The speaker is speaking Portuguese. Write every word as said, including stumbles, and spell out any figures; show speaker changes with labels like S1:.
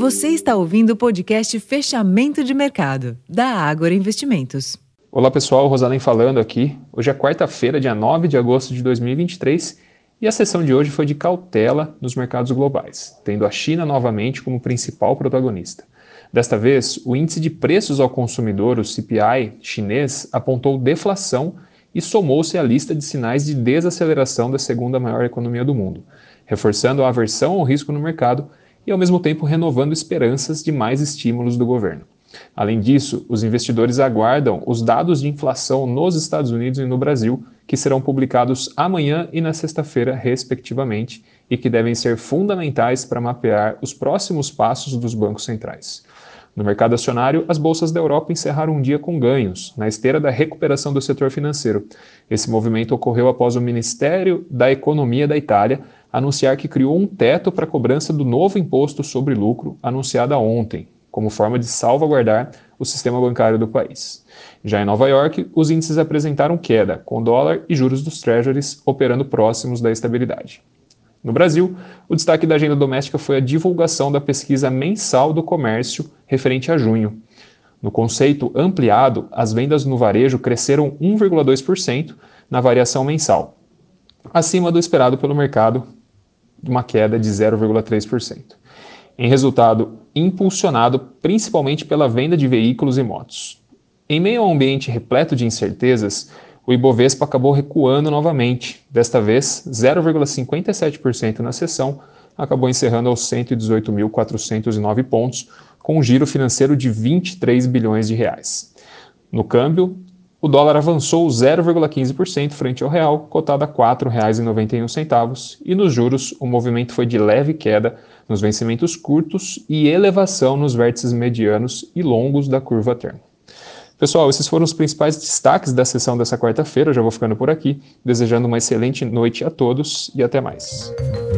S1: Você está ouvindo o podcast Fechamento de Mercado, da Ágora Investimentos.
S2: Olá pessoal, Rosalém falando aqui. Hoje é quarta-feira, dia nove de agosto de dois mil e vinte e três, e a sessão de hoje foi de cautela nos mercados globais, tendo a China novamente como principal protagonista. Desta vez, o índice de preços ao consumidor, o C P I chinês, apontou deflação e somou-se à lista de sinais de desaceleração da segunda maior economia do mundo, reforçando a aversão ao risco no mercado e ao mesmo tempo renovando esperanças de mais estímulos do governo. Além disso, os investidores aguardam os dados de inflação nos Estados Unidos e no Brasil, que serão publicados amanhã e na sexta-feira, respectivamente, e que devem ser fundamentais para mapear os próximos passos dos bancos centrais. No mercado acionário, as bolsas da Europa encerraram um dia com ganhos, na esteira da recuperação do setor financeiro. Esse movimento ocorreu após o Ministério da Economia da Itália anunciar que criou um teto para a cobrança do novo imposto sobre lucro, anunciado ontem, como forma de salvaguardar o sistema bancário do país. Já em Nova York, os índices apresentaram queda, com dólar e juros dos treasuries operando próximos da estabilidade. No Brasil, o destaque da agenda doméstica foi a divulgação da pesquisa mensal do comércio referente a junho. No conceito ampliado, as vendas no varejo cresceram um vírgula dois por cento na variação mensal, acima do esperado pelo mercado, de uma queda de zero vírgula três por cento. Em resultado impulsionado principalmente pela venda de veículos e motos. Em meio a um ambiente repleto de incertezas, o Ibovespa acabou recuando novamente, desta vez zero vírgula cinquenta e sete por cento na sessão, acabou encerrando aos cento e dezoito mil quatrocentos e nove pontos, com um giro financeiro de vinte e três bilhões de reais. No câmbio, o dólar avançou zero vírgula quinze por cento frente ao real, cotado a quatro reais e noventa e um centavos, e nos juros o movimento foi de leve queda nos vencimentos curtos e elevação nos vértices medianos e longos da curva termo. Pessoal, esses foram os principais destaques da sessão dessa quarta-feira. Eu já vou ficando por aqui, desejando uma excelente noite a todos e até mais.